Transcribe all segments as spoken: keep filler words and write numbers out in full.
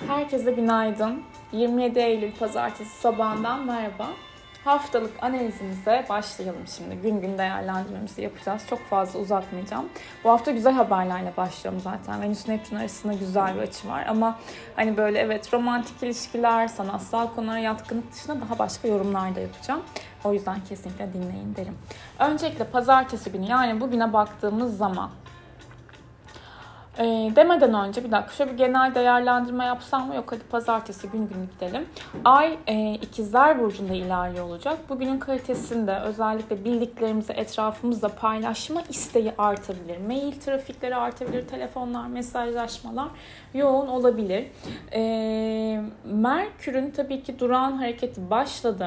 Herkese günaydın. yirmi yedi Eylül Pazartesi sabahından merhaba. Haftalık analizimize başlayalım şimdi. Gün gün değerlendirmemizi yapacağız. Çok fazla uzatmayacağım. Bu hafta güzel haberlerle başlıyorum zaten. Venüs Neptün arasında güzel bir açı var. Ama hani böyle evet romantik ilişkiler, sanatsal konulara yatkınlık dışında daha başka yorumlar da yapacağım. O yüzden kesinlikle dinleyin derim. Öncelikle pazartesi günü, yani bugüne baktığımız zaman E, demeden önce bir dakika şöyle bir genel değerlendirme yapsam mı? Yok, hadi pazartesi gün gün gidelim. Ay e, ikizler burcunda ilerliyor olacak. Bugünün kalitesinde özellikle bildiklerimizi etrafımızda paylaşma isteği artabilir. Mail trafikleri artabilir, telefonlar, mesajlaşmalar yoğun olabilir. E, Merkür'ün tabii ki durağan hareketi başladı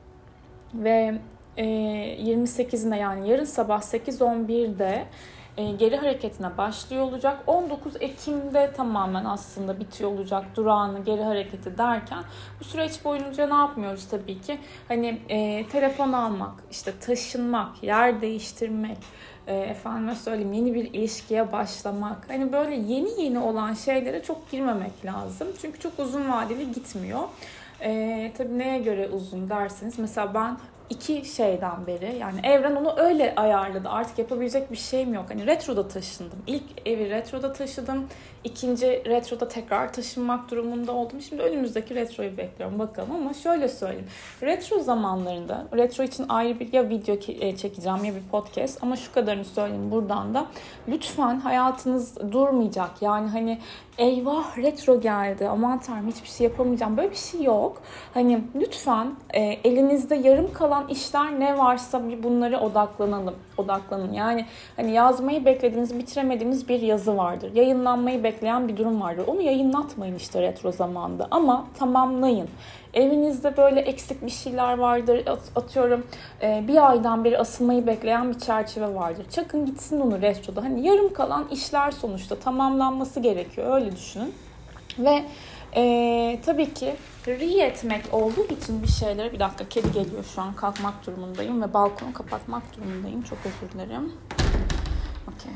ve e, yirmi sekizinde, yani yarın sabah sekiz on birde geri hareketine başlıyor olacak. on dokuz Ekim'de tamamen aslında bitiyor olacak durağını, geri hareketi derken bu süreç boyunca ne yapmıyoruz tabii ki? Hani e, telefon almak, işte taşınmak, yer değiştirmek, e, efendime söyleyeyim yeni bir ilişkiye başlamak. Hani böyle yeni yeni olan şeylere çok girmemek lazım. Çünkü çok uzun vadeli gitmiyor. E, tabii neye göre uzun dersiniz? Mesela ben İki şeyden beri, yani evren onu öyle ayarladı. Artık yapabilecek bir şeyim yok. Hani retroda taşındım. İlk evi retroda taşıdım. İkinci retroda tekrar taşınmak durumunda oldum. Şimdi önümüzdeki retroyu bekliyorum. Bakalım, ama şöyle söyleyeyim. Retro zamanlarında, retro için ayrı bir ya video çekeceğim ya bir podcast. Ama şu kadarını söyleyeyim buradan da. Lütfen hayatınız durmayacak. Yani hani eyvah retro geldi, aman tanrım hiçbir şey yapamayacağım. Böyle bir şey yok. Hani lütfen e, elinizde yarım kalan işler ne varsa bir bunlara odaklanalım. Odaklanın. Yani hani yazmayı beklediğiniz, bitiremediğiniz bir yazı vardır. Yayınlanmayı bekleyen bir durum vardır. Onu yayınlatmayın işte retro zamanda, ama tamamlayın. Evinizde böyle eksik bir şeyler vardır. Atıyorum bir aydan beri asılmayı bekleyen bir çerçeve vardır. Çakın gitsin onu retroda. Hani yarım kalan işler sonuçta tamamlanması gerekiyor. Öyle düşünün. Ve e, tabii ki ri etmek olduğu için bir şeylere... Bir dakika, kedi geliyor şu an. Kalkmak durumundayım ve balkonu kapatmak durumundayım. Çok özür dilerim. Okay.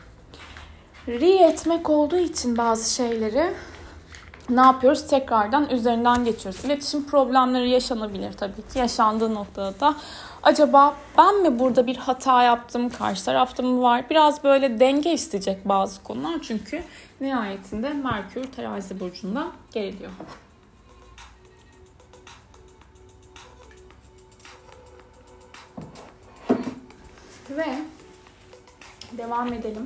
Ri etmek olduğu için bazı şeyleri ne yapıyoruz? Tekrardan üzerinden geçiyoruz. İletişim problemleri yaşanabilir tabii ki. Yaşandığı noktada da acaba ben mi burada bir hata yaptım, karşı tarafta mı var? Biraz böyle denge isteyecek bazı konular. Çünkü nihayetinde Merkür Terazi burcunda geriliyor. Ve devam edelim.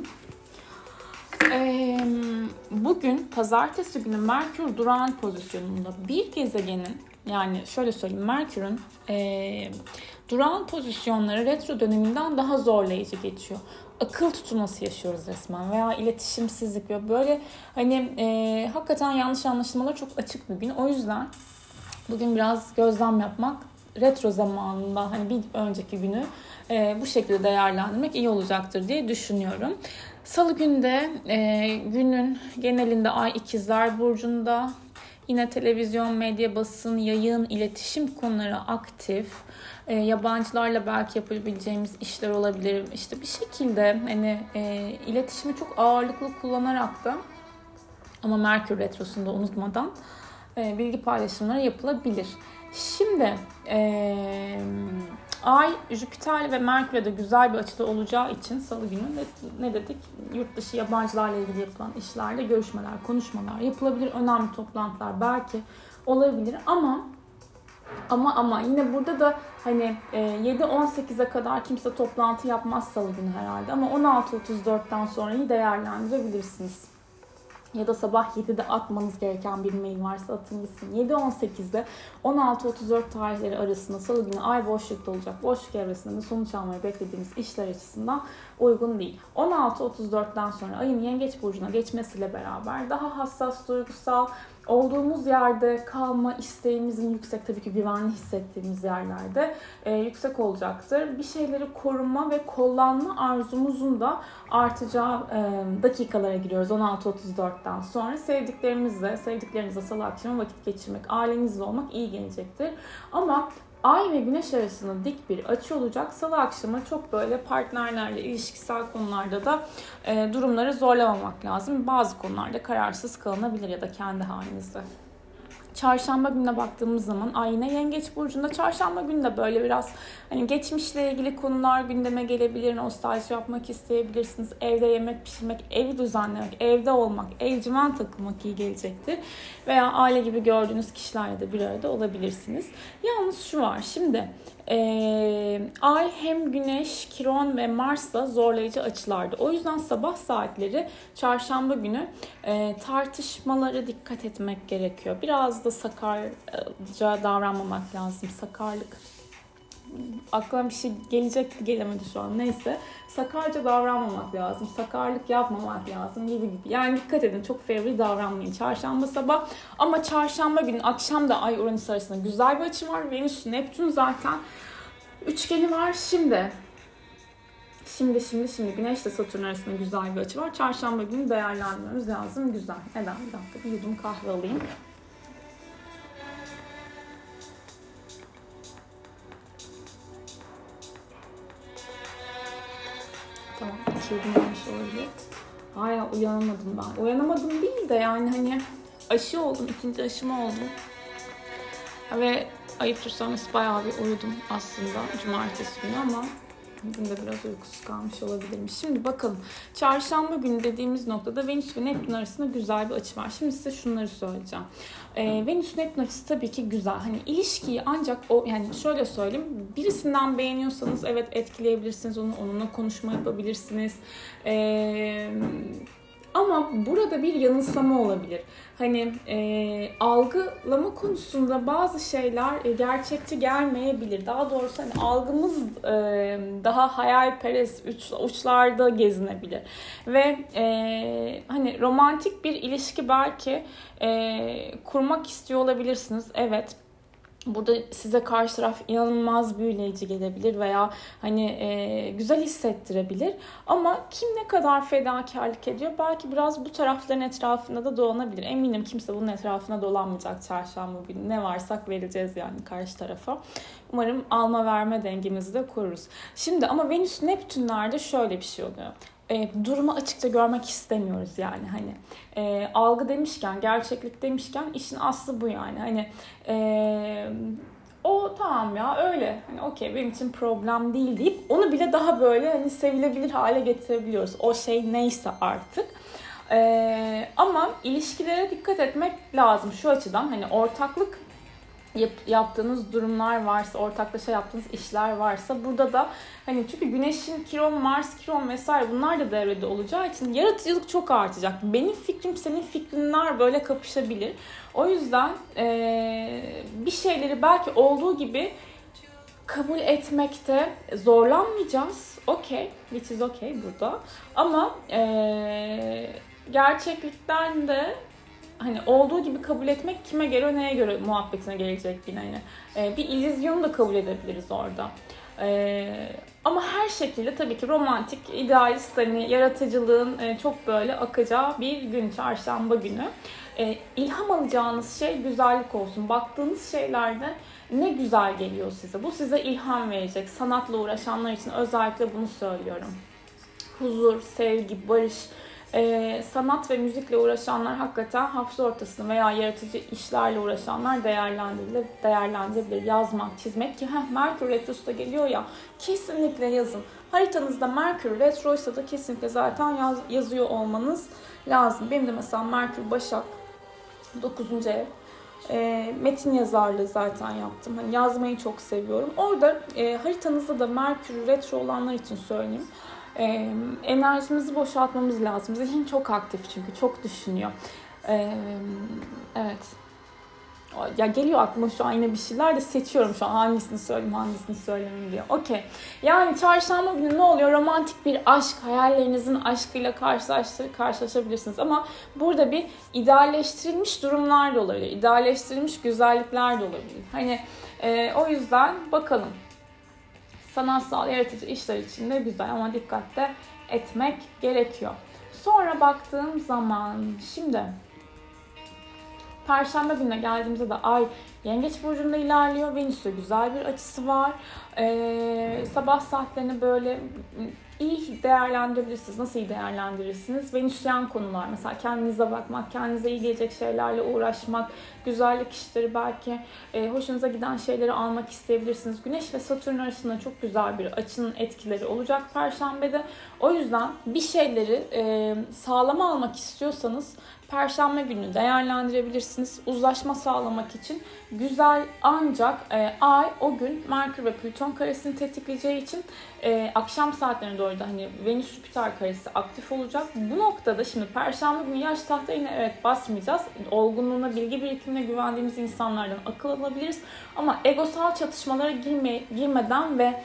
Ee, bugün pazartesi günü Merkür durağan pozisyonunda bir gezegenin, yani şöyle söyleyeyim, Merkür'ün e, durağan pozisyonları retro döneminden daha zorlayıcı geçiyor. Akıl tutulması yaşıyoruz resmen veya iletişimsizlik ve böyle hani e, hakikaten yanlış anlaşılmalar çok açık bir gün. O yüzden bugün biraz gözlem yapmak, retro zamanında hani bir önceki günü e, bu şekilde değerlendirmek iyi olacaktır diye düşünüyorum. Salı günde e, günün genelinde Ay ikizler burcunda. Yine televizyon, medya, basın, yayın, iletişim konuları aktif. E, yabancılarla belki yapabileceğimiz işler olabilir. İşte bir şekilde hani e, iletişimi çok ağırlıklı kullanarak da, ama Merkür retrosunu da unutmadan e, bilgi paylaşımları yapılabilir. Şimdi e, Ay, Jüpiter ve Merkür'e de güzel bir açıda olacağı için salı günü ne, ne dedik? Yurt dışı yabancılarla ilgili yapılan işlerde görüşmeler, konuşmalar yapılabilir. Önemli toplantılar belki olabilir, ama ama ama yine burada da hani yedi on sekize kadar kimse toplantı yapmaz salı günü herhalde, ama on altı otuz dörtten sonra iyi değerlendirebilirsiniz. Ya da sabah yedide atmanız gereken bir mail varsa atın gitsin. yedi on sekizde on altı otuz dört tarihleri arasında salı günü Ay boşlukta olacak. Boşluk evresinde de sonuç almayı beklediğimiz işler açısından uygun değil. on altı otuz dörtten sonra Ay'ın Yengeç burcuna geçmesiyle beraber daha hassas, duygusal, olduğumuz yerde kalma isteğimizin yüksek, tabii ki güvenli hissettiğimiz yerlerde e, yüksek olacaktır. Bir şeyleri koruma ve kollanma arzumuzun da artacağı e, dakikalara giriyoruz on altı otuz dörtten sonra. Sevdiklerimizle, sevdiklerinizle salı akşamı vakit geçirmek, ailenizle olmak iyi gelecektir. Ama Ay ve güneş arasında dik bir açı olacak. Salı akşamı çok böyle partnerlerle ilişkisel konularda da e, durumları zorlamamak lazım. Bazı konularda kararsız kalınabilir ya da kendi halinizde. Çarşamba gününe baktığımız zaman ay yine Yengeç burcunda. Çarşamba günü de böyle biraz hani geçmişle ilgili konular gündeme gelebilir. Nostalji yapmak isteyebilirsiniz. Evde yemek pişirmek, evi düzenlemek, evde olmak, evcimen takılmak iyi gelecektir. Veya aile gibi gördüğünüz kişilerle de bir arada olabilirsiniz. Yalnız şu var şimdi ee, ay hem Güneş, Kiron ve Mars'la zorlayıcı açılarda. O yüzden sabah saatleri çarşamba günü e, tartışmalara dikkat etmek gerekiyor. Biraz da sakarca davranmamak lazım. Sakarlık. Aklıma bir şey gelecekti, gelemedi şu an. Neyse. Sakarca davranmamak lazım. Sakarlık yapmamak lazım gibi gibi. Yani dikkat edin. Çok fevri davranmayın. Çarşamba sabah. Ama çarşamba günü akşam da Ay Uranüs arasında güzel bir açı var. Venüs, Neptün zaten üçgeni var. Şimdi Şimdi şimdi şimdi Güneş ile Satürn arasında güzel bir açı var. Çarşamba günü değerlendirmemiz lazım. Güzel. Neden? Bir dakika bir yudum kahve alayım. Tamam. iki yudum olmuş olabilir. Hala uyanamadım ben. Uyanamadım değil de yani hani aşı oldum. İkinci aşımı oldum. Ve ayıptır söylemesi bayağı bir uyudum aslında cumartesi günü ama bugün de biraz uykusuz kalmış olabilirim. Şimdi bakalım. Çarşamba günü dediğimiz noktada Venüs ve Neptün arasında güzel bir açı var. Şimdi size şunları söyleyeceğim. Ee, Venüs Neptün açısı tabii ki güzel. Hani ilişkiyi ancak o yani şöyle söyleyeyim. Birisinden beğeniyorsanız evet etkileyebilirsiniz onu. Onunla konuşma yapabilirsiniz. Eee Ama burada bir yanılsama olabilir. Hani e, algılama konusunda bazı şeyler e, gerçekçi gelmeyebilir. Daha doğrusu hani algımız e, daha hayalperest uç, uçlarda gezinebilir. Ve e, hani romantik bir ilişki belki e, kurmak istiyor olabilirsiniz. Evet. Burada size karşı taraf inanılmaz büyüleyici gelebilir veya hani e, güzel hissettirebilir. Ama kim ne kadar fedakarlık ediyor belki biraz bu tarafların etrafında da dolanabilir. Eminim kimse bunun etrafına dolanmayacak çarşamba günü. Ne varsak vereceğiz yani karşı tarafa. Umarım alma verme dengemizi de koruruz. Şimdi ama Venüs Neptünlerde şöyle bir şey oluyor. E, durumu açıkça görmek istemiyoruz yani hani e, algı demişken gerçeklik demişken işin aslı bu yani hani e, o tamam ya öyle hani okey benim için problem değil deyip onu bile daha böyle hani sevilebilir hale getirebiliyoruz o şey neyse artık. E, ama ilişkilere dikkat etmek lazım şu açıdan hani ortaklık Yap, yaptığınız durumlar varsa, ortaklaşa yaptığınız işler varsa burada da hani çünkü Güneş'in Kiron, Mars, Kiron vesaire bunlar da devrede olacağı için yaratıcılık çok artacak. Benim fikrim senin fikrinler böyle kapışabilir. O yüzden ee, bir şeyleri belki olduğu gibi kabul etmekte zorlanmayacağız. Okey, which is okay burada. Ama ee, gerçeklikten de hani olduğu gibi kabul etmek kime göre neye göre muhabbetine gelecek yine. Yani. Ee, bir illüzyonu da kabul edebiliriz orada. Ee, ama her şekilde tabii ki romantik, idealist, hani yaratıcılığın e, çok böyle akacağı bir gün, çarşamba günü. Ee, ilham alacağınız şey güzellik olsun. Baktığınız şeylerde ne güzel geliyor size. Bu size ilham verecek. Sanatla uğraşanlar için özellikle bunu söylüyorum. Huzur, sevgi, barış, Ee, sanat ve müzikle uğraşanlar hakikaten hafta ortasını veya yaratıcı işlerle uğraşanlar değerlendirilir, değerlendirilir. Yazmak, çizmek ki heh, Merkür Retrosu da geliyor ya kesinlikle yazın. Haritanızda Merkür Retroysa da kesinlikle zaten yaz, yazıyor olmanız lazım. Benim de mesela Merkür Başak dokuzuncu ev. E, metin yazarlığı zaten yaptım. Hani yazmayı çok seviyorum. Orada e, haritanızda da Merkür Retro olanlar için söyleyeyim. E, enerjimizi boşaltmamız lazım. Zihin çok aktif çünkü çok düşünüyor. E, evet. Ya geliyor aklıma şu an yine bir şeyler de seçiyorum şu an hangisini söyleyeyim hangisini söylemeyeyim diye. Okey. Yani çarşamba günü ne oluyor? Romantik bir aşk, hayallerinizin aşkıyla karşılaşabilirsiniz. Ama burada bir idealleştirilmiş durumlar da olabilir. İdealleştirilmiş güzellikler de olabilir. Hani e, o yüzden bakalım. Sanatsal, yaratıcı işler için de güzel ama dikkatle etmek gerekiyor. Sonra baktığım zaman şimdi Perşembe gününe geldiğimizde de Ay Yengeç burcunda ilerliyor. Venüs'e güzel bir açısı var. Ee, sabah saatlerini böyle iyi değerlendirebilirsiniz. Nasıl iyi değerlendirirsiniz? Venüsyen konular, mesela kendinize bakmak, kendinize iyi gelecek şeylerle uğraşmak, güzellik işleri, belki e, hoşunuza giden şeyleri almak isteyebilirsiniz. Güneş ve Satürn arasında çok güzel bir açının etkileri olacak Perşembe'de. O yüzden bir şeyleri e, sağlama almak istiyorsanız Perşembe günü değerlendirebilirsiniz. Uzlaşma sağlamak için güzel, ancak e, Ay o gün Merkür ve Plüton karesini tetikleyeceği için e, akşam saatlerine doğru da hani Venüs-Jüpiter karesi aktif olacak. Bu noktada şimdi Perşembe günü yaş tahta yine evet basmayacağız. Olgunluğuna, bilgi birikimine güvendiğimiz insanlardan akıl alabiliriz. Ama egosal çatışmalara girme, girmeden ve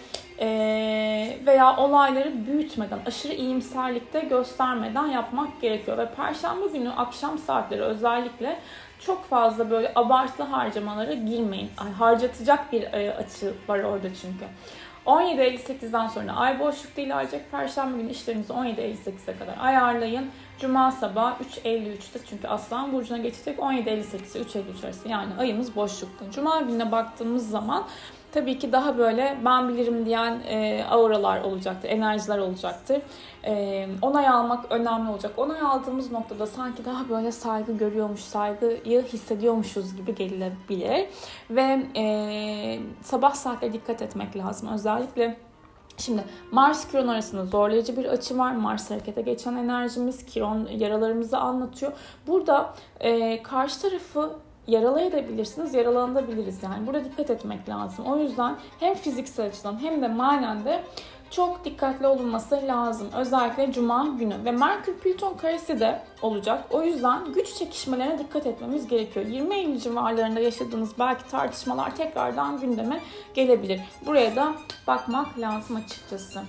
e, veya olayları büyütmeden, aşırı iyimserlikte göstermeden yapmak gerekiyor. Ve Perşembe günü akşam saatleri özellikle çok fazla böyle abartılı harcamalara girmeyin. Harcatacak bir e, açı var orada çünkü. on yedi elli sekizden sonra ay boşlukta ilerleyecek. Perşembe günü işlerinizi on yedi elli sekize kadar ayarlayın. Cuma sabah üç elli üçte çünkü Aslan burcuna geçecek. on yedi elli sekiz ile üç elli üç arası, yani ayımız boşlukta. Cuma gününe baktığımız zaman tabii ki daha böyle ben bilirim diyen e, auralar olacaktır, enerjiler olacaktır. E, onay almak önemli olacak. Onay aldığımız noktada sanki daha böyle saygı görüyormuş, saygıyı hissediyormuşuz gibi gelebilir. Ve e, sabah saatleri dikkat etmek lazım. Özellikle şimdi Mars Kiron arasında zorlayıcı bir açı var. Mars harekete geçen enerjimiz. Kiron yaralarımızı anlatıyor. Burada e, karşı tarafı yaralayabilirsiniz, yaralanabiliriz yani. Burada dikkat etmek lazım. O yüzden hem fiziksel açıdan hem de manen de çok dikkatli olunması lazım. Özellikle Cuma günü. Ve Merkür Plüton karesi de olacak. O yüzden güç çekişmelerine dikkat etmemiz gerekiyor. yirmi Eylül civarlarında yaşadığınız belki tartışmalar tekrardan gündeme gelebilir. Buraya da bakmak lazım açıkçası.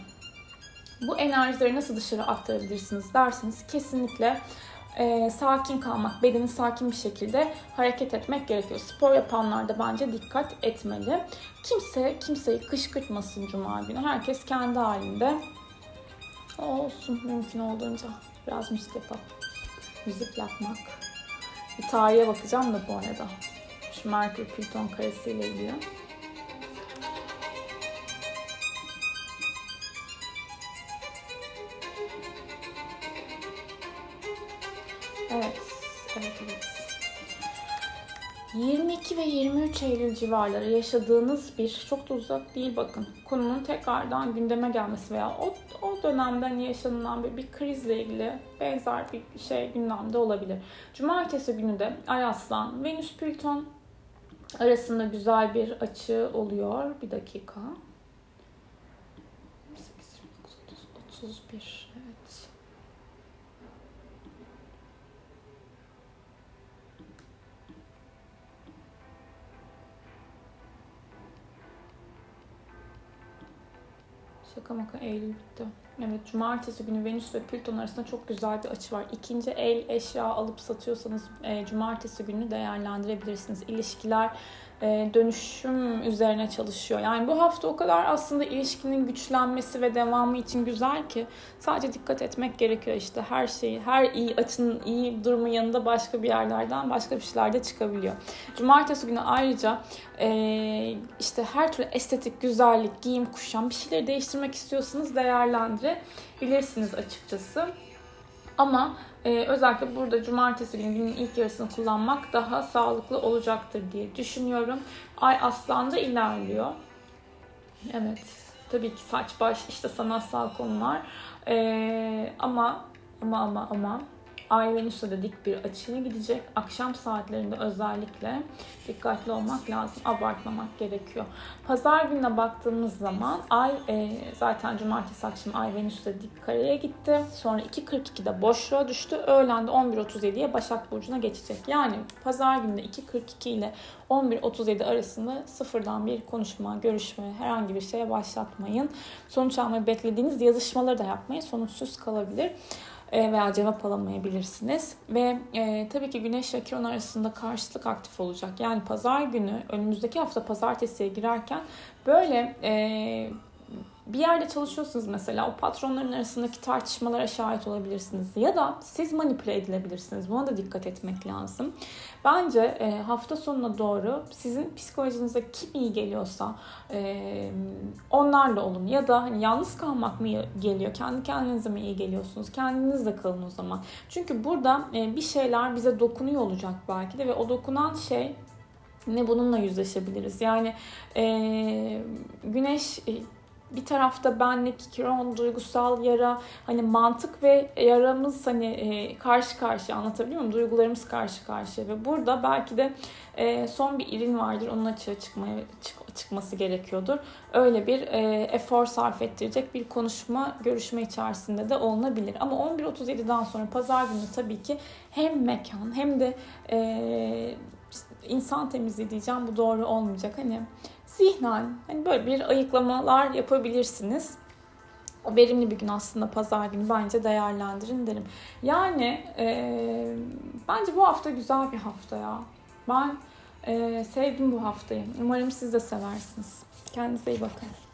Bu enerjileri nasıl dışarı aktarabilirsiniz derseniz kesinlikle E, sakin kalmak, bedeni sakin bir şekilde hareket etmek gerekiyor. Spor yapanlar da bence dikkat etmeli. Kimse kimseyi kışkırtmasın Cuma günü. Herkes kendi halinde olsun, mümkün olduğunca. Biraz müzik yapalım. Müzik yapmak. Bir tarihe bakacağım da bu arada. Şu Merkür Plüton karesiyle ilgili. Evet, evet, evet. yirmi iki ve yirmi üç Eylül civarları yaşadığınız bir, çok da uzak değil bakın, konunun tekrardan gündeme gelmesi veya o, o dönemde hani yaşanılan bir, bir krizle ilgili benzer bir şey gündemde olabilir. Cumartesi günü de Ay Aslan, Venüs Plüton arasında güzel bir açı oluyor. Bir dakika. otuz bir, evet. Şaka maka Eylül bitti. Evet, cumartesi günü Venüs ve Plüton arasında çok güzel bir açı var. İkinci el eşya alıp satıyorsanız e, cumartesi günü değerlendirebilirsiniz. İlişkiler e, dönüşüm üzerine çalışıyor. Yani bu hafta o kadar aslında ilişkinin güçlenmesi ve devamı için güzel ki sadece dikkat etmek gerekiyor işte her şeyi. Her iyi açının iyi durumu yanında başka bir yerlerden başka bir şeyler de çıkabiliyor. Cumartesi günü ayrıca e, işte her türlü estetik, güzellik, giyim, kuşam bir şeyleri değiştirmek istiyorsanız değerlendirebilirsiniz açıkçası. Ama e, özellikle burada cumartesi günü günün ilk yarısını kullanmak daha sağlıklı olacaktır diye düşünüyorum. Ay Aslan'da ilerliyor. Evet. Tabii ki saç, baş, işte sanatsal konular. E, ama ama ama ama Ay Venüs'e de dik bir açıya gidecek. Akşam saatlerinde özellikle dikkatli olmak lazım. Abartmamak gerekiyor. Pazar gününe baktığımız zaman Ay e, zaten cumartesi akşamı Ay Venüs'te dik kareye gitti. Sonra iki kırk ikide boşluğa düştü. Öğlen de on bir otuz yediye Başak Burcu'na geçecek. Yani pazar günü iki kırk iki ile on bir otuz yedi arasında sıfırdan bir konuşma, görüşme, herhangi bir şeye başlatmayın. Sonuç almayı beklediğiniz yazışmaları da yapmayın. Sonuçsuz kalabilir veya cevap alamayabilirsiniz. Ve e, tabii ki Güneş ve Kiron arasında karşıtlık aktif olacak. Yani pazar günü, önümüzdeki hafta pazartesiye girerken böyle e, bir yerde çalışıyorsunuz mesela, o patronların arasındaki tartışmalara şahit olabilirsiniz ya da siz manipüle edilebilirsiniz. Buna da dikkat etmek lazım. Bence e, hafta sonuna doğru sizin psikolojinize kim iyi geliyorsa e, onlarla olun ya da hani yalnız kalmak mı geliyor, kendi kendinize mi iyi geliyorsunuz, kendinizle kalın o zaman. Çünkü burada e, bir şeyler bize dokunuyor olacak belki de ve o dokunan şey ne, bununla yüzleşebiliriz. Yani e, güneş e, bir tarafta benlik, kiron, duygusal yara, hani mantık ve yaramız hani e, karşı karşıya, anlatabiliyor muyum? Duygularımız karşı karşıya ve burada belki de e, son bir irin vardır, onun açığa çıkmaya, çık, çıkması gerekiyordur. Öyle bir e, efor sarf ettirecek bir konuşma, görüşme içerisinde de olunabilir. Ama on bir otuz yediden sonra pazar günü tabii ki hem mekan hem de e, insan temizliği diyeceğim, bu doğru olmayacak. Hani zihnen hani böyle bir ayıklamalar yapabilirsiniz. O verimli bir gün aslında pazar günü, bence değerlendirin derim. Yani e, bence bu hafta güzel bir hafta ya. Ben e, sevdim bu haftayı. Umarım siz de seversiniz. Kendinize iyi bakın.